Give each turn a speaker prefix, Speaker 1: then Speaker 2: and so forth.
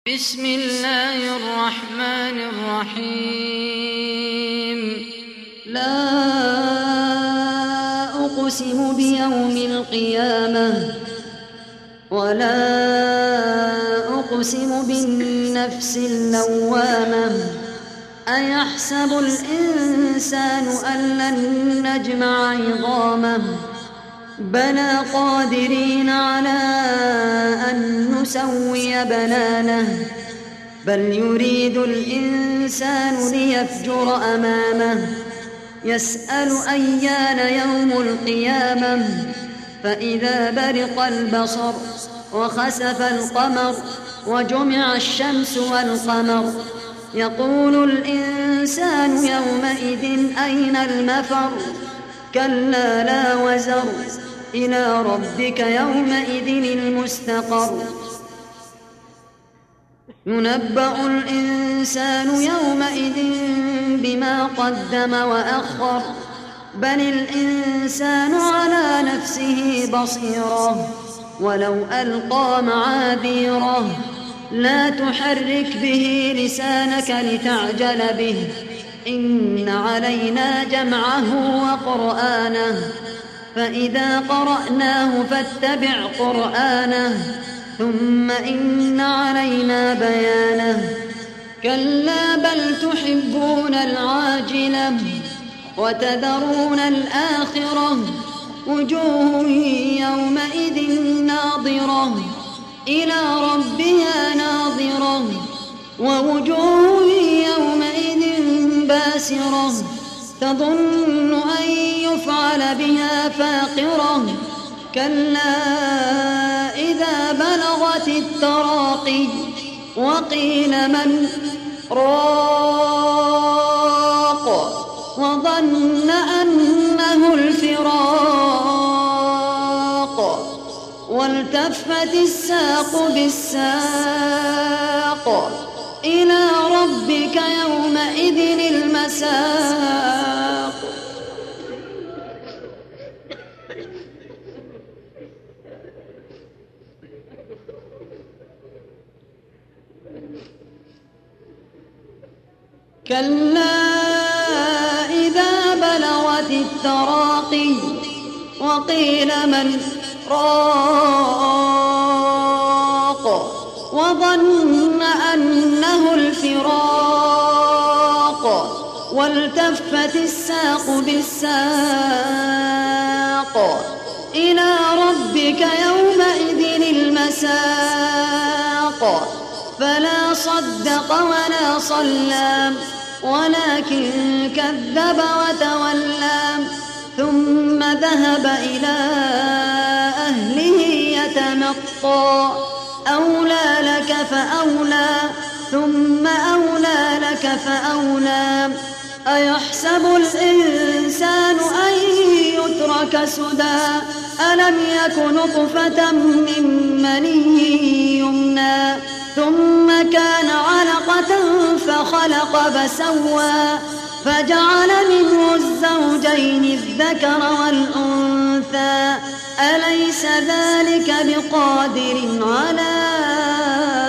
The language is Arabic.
Speaker 1: بسم الله الرحمن الرحيم.
Speaker 2: لا أقسم بيوم القيامة ولا أقسم بالنفس اللوامة أيحسب الإنسان أن لن نجمع عظامه بلى قادرين على أن نسوي بنانه بل يريد الإنسان ليفجر أمامه يسأل أيان يوم القيامة فإذا برق البصر وخسف القمر وجمع الشمس والقمر يقول الإنسان يومئذ أين المفر كلا لا وزر إلى ربك يومئذ المستقر ينبأ الإنسان يومئذ بما قدم وأخر بل الإنسان على نفسه بصيرة ولو ألقى معاذيره لا تحرك به لسانك لتعجل به إن علينا جمعه وقرآنه فإذا قرأناه فاتبع قرآنه ثم إن علينا بيانه كلا بل تحبون العاجلة وتذرون الآخرة وجوه يومئذ ناظرة إلى ربها ناظرة ووجوه يومئذ باسرة تظن أن يفعل بها فاقرة كلا إذا بلغت التراقي وقيل من راق وظن أنه الفراق والتفت الساق بالساق إلى ربك يومئذ المساق كلا إذا بلغت التراقي وقيل من راق وظن أنه الفراق والتفت الساق بالساق إلى ربك يومئذ المساق فلا صدق ولا صلى ولكن كذب وتولى ثم ذهب إلى أهله يتمطى أولى لك فأولى ثم أولى لك فأولى أيحسب الإنسان أن يترك سدى ألم يك نطفة من مني يمنى ثم كان علقة فخلق فسوى فجعل منه الزوجين الذكر والأنثى أليس ذلك بقادر على